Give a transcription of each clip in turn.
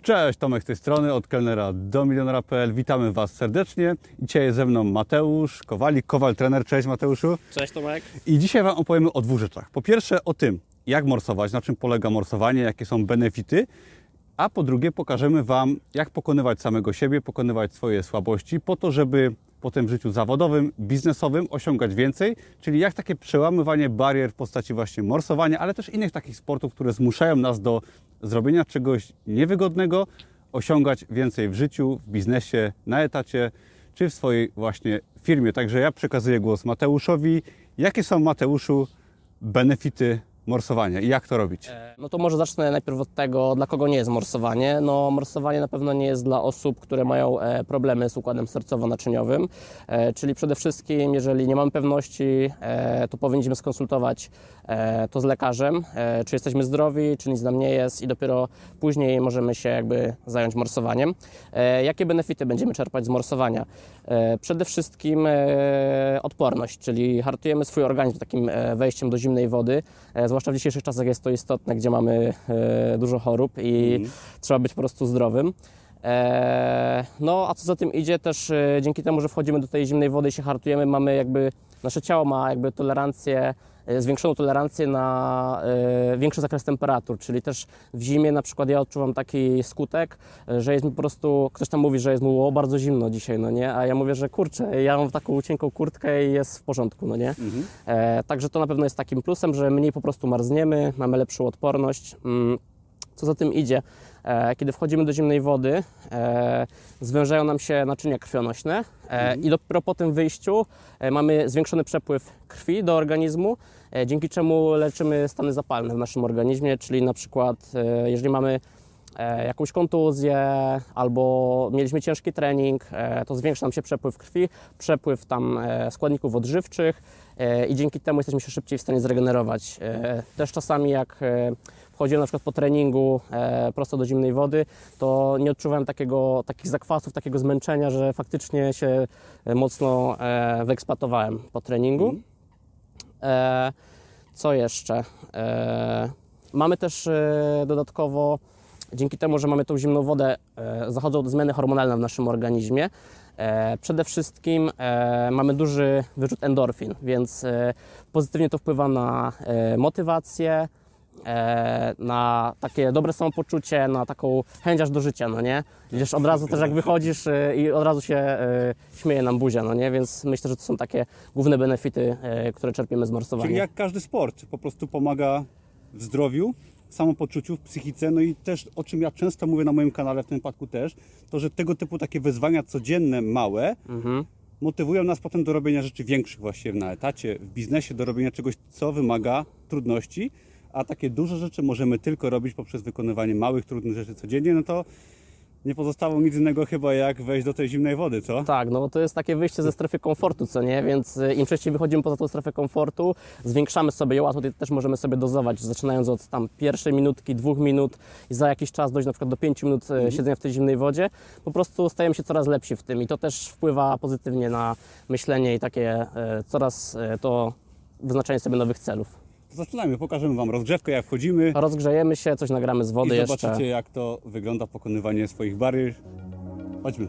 Cześć, Tomek z tej strony, od kelnera do milionera.pl. Witamy Was serdecznie. Dzisiaj jest ze mną Mateusz Kowalik, Kowal trener. Cześć Mateuszu. Cześć Tomek. I dzisiaj Wam opowiemy o dwóch rzeczach. Po pierwsze o tym, jak morsować, na czym polega morsowanie, jakie są benefity. A po drugie pokażemy Wam, jak pokonywać samego siebie, pokonywać swoje słabości po to, żeby potem w życiu zawodowym, biznesowym osiągać więcej, czyli jak takie przełamywanie barier w postaci właśnie morsowania, ale też innych takich sportów, które zmuszają nas do zrobienia czegoś niewygodnego, osiągać więcej w życiu, w biznesie, na etacie, czy w swojej właśnie firmie. Także ja przekazuję głos Mateuszowi. Jakie są, Mateuszu, benefity morsowania i jak to robić? No to może zacznę najpierw od tego, dla kogo nie jest morsowanie. No morsowanie na pewno nie jest dla osób, które mają problemy z układem sercowo-naczyniowym, czyli przede wszystkim, jeżeli nie mamy pewności, to powinniśmy skonsultować to z lekarzem, czy jesteśmy zdrowi, czy nic nam nie jest i dopiero później możemy się jakby zająć morsowaniem. Jakie benefity będziemy czerpać z morsowania? Przede wszystkim odporność, czyli hartujemy swój organizm takim wejściem do zimnej wody. Zwłaszcza w dzisiejszych czasach jest to istotne, gdzie mamy dużo chorób i trzeba być po prostu zdrowym. No a co za tym idzie też dzięki temu, że wchodzimy do tej zimnej wody i się hartujemy, mamy jakby, nasze ciało ma jakby tolerancję, zwiększoną tolerancję na większy zakres temperatur, czyli też w zimie na przykład ja odczuwam taki skutek, że jest mi po prostu, ktoś tam mówi, że jest mu bardzo zimno dzisiaj, no nie, a ja mówię, że kurczę, ja mam taką cienką kurtkę i jest w porządku, no nie. Także to na pewno jest takim plusem, że mniej po prostu marzniemy, mamy lepszą odporność. Co za tym idzie, kiedy wchodzimy do zimnej wody, zwężają nam się naczynia krwionośne i dopiero po tym wyjściu mamy zwiększony przepływ krwi do organizmu, dzięki czemu leczymy stany zapalne w naszym organizmie, czyli na przykład jeżeli mamy jakąś kontuzję albo mieliśmy ciężki trening, to zwiększa nam się przepływ krwi, przepływ tam składników odżywczych i dzięki temu jesteśmy się szybciej w stanie zregenerować. Też czasami jak wchodziłem na przykład po treningu prosto do zimnej wody, to nie odczuwałem takich zakwasów, takiego zmęczenia, że faktycznie się mocno wyeksploatowałem po treningu. Co jeszcze? Mamy też dodatkowo, dzięki temu, że mamy tą zimną wodę, zachodzą zmiany hormonalne w naszym organizmie. Przede wszystkim mamy duży wyrzut endorfin, więc pozytywnie to wpływa na motywację, na takie dobre samopoczucie, na taką chęć aż do życia, no nie? Widzisz, od razu też jak wychodzisz i od razu się śmieje nam buzia, no nie? Więc myślę, że to są takie główne benefity, które czerpiemy z morsowania. Czyli jak każdy sport, po prostu pomaga w zdrowiu, w samopoczuciu, w psychice, no i też, o czym ja często mówię na moim kanale, w tym wypadku też, to, że tego typu takie wyzwania codzienne, małe, motywują nas potem do robienia rzeczy większych właśnie na etacie, w biznesie, do robienia czegoś, co wymaga trudności, a takie duże rzeczy możemy tylko robić poprzez wykonywanie małych, trudnych rzeczy codziennie, no to nie pozostało nic innego chyba jak wejść do tej zimnej wody, co? Tak, no to jest takie wyjście ze strefy komfortu, co nie? Więc im częściej wychodzimy poza tą strefę komfortu, zwiększamy sobie ją, a tutaj też możemy sobie dozować, zaczynając od tam pierwszej minutki, 2 minut i za jakiś czas dojść na przykład do 5 minut siedzenia w tej zimnej wodzie. Po prostu stajemy się coraz lepsi w tym i to też wpływa pozytywnie na myślenie i takie coraz to wyznaczanie sobie nowych celów. Zaczynajmy, pokażemy Wam rozgrzewkę, jak wchodzimy. Rozgrzejemy się, coś nagramy z wody jeszcze. I zobaczycie, jak to wygląda pokonywanie swoich barier. Chodźmy.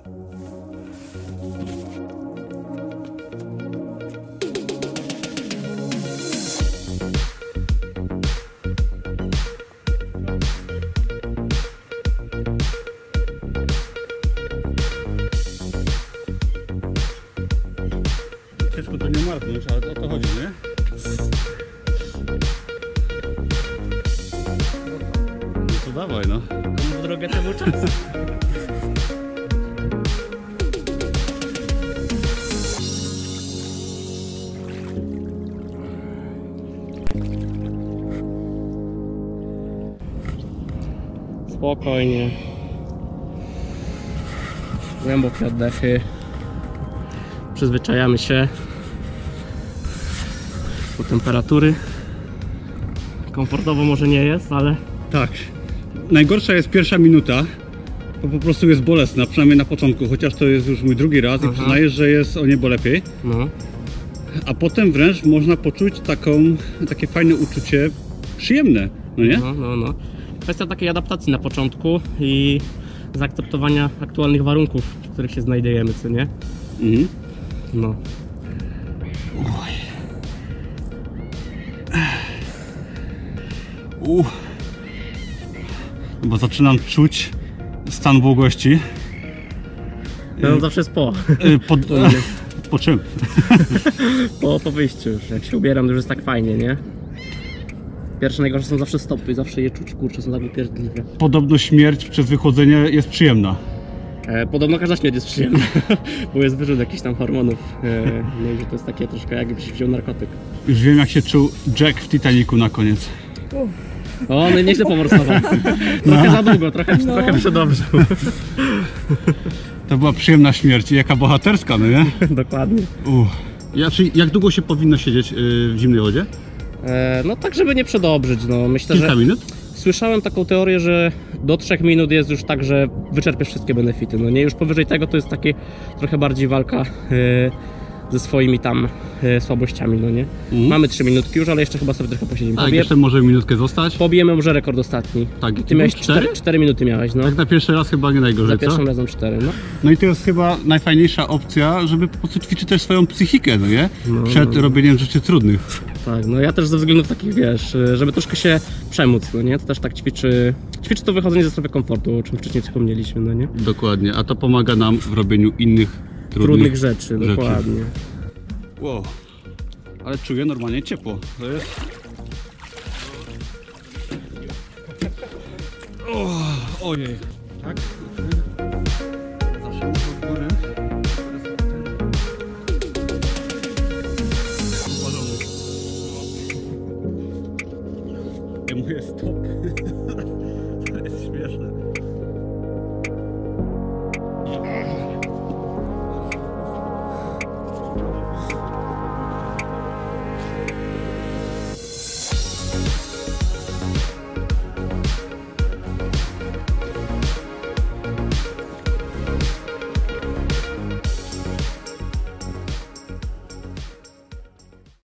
Ciężko to nie martwić, ale o to chodzi, nie? To dawaj, no. Komu drogę temu czas. Spokojnie. Głębokie oddechy. Przyzwyczajamy się do temperatury. Komfortowo może nie jest, ale... Tak. Najgorsza jest pierwsza minuta, bo po prostu jest bolesna, przynajmniej na początku, chociaż to jest już mój drugi raz i przyznaję, że jest o niebo lepiej. A potem wręcz można poczuć takie fajne uczucie przyjemne, no nie? No. Kwestia takiej adaptacji na początku i zaakceptowania aktualnych warunków, w których się znajdujemy, co nie? Mhm. No. Bo zaczynam czuć stan błogości. No zawsze jest po. Po czym? Po wyjściu już. Jak się ubieram, to już jest tak fajnie, nie? Pierwsze najgorsze są zawsze stopy, zawsze je czuć, kurczę, są tak upierdliwe. Podobno śmierć przez wychłodzenie jest przyjemna. Podobno każda śmierć jest przyjemna, bo jest wyrzut jakichś tam hormonów. No i że to jest takie troszkę jakbyś wziął narkotyk. Już wiem, jak się czuł Jack w Titanicu na koniec. O, no i nieźle pomorsował. Trochę za długo, trochę przedobrzył. To była przyjemna śmierć i jaka bohaterska, no nie? Dokładnie. Jak długo się powinno siedzieć w zimnej wodzie? No tak, żeby nie przedobrzyć, no myślę, Kilka że... minut? Słyszałem taką teorię, że do 3 minut jest już tak, że wyczerpiesz wszystkie benefity, no nie? Już powyżej tego to jest takie trochę bardziej walka ze swoimi tam słabościami, no nie? Mamy 3 minutki już, ale jeszcze chyba sobie trochę posiedzimy. Tak, jeszcze może minutkę zostać. Pobijemy może rekord ostatni. Tak, Ty miałeś 4? 4 minuty miałeś, no. Tak na pierwszy raz chyba nie najgorzej, Za pierwszym co? razem 4, no. No i to jest chyba najfajniejsza opcja, żeby po prostu ćwiczyć też swoją psychikę, no nie? Przed robieniem rzeczy trudnych. Tak, no ja też ze względów takich, wiesz, żeby troszkę się przemóc, no nie? To też tak ćwiczy to wychodzenie ze strefy komfortu, o czym wcześniej wspomnieliśmy, no nie? Dokładnie, a to pomaga nam w robieniu innych Trudnych rzeczy, dokładnie. Wow, ale czuję normalnie ciepło. To jest... Ojej. Tak?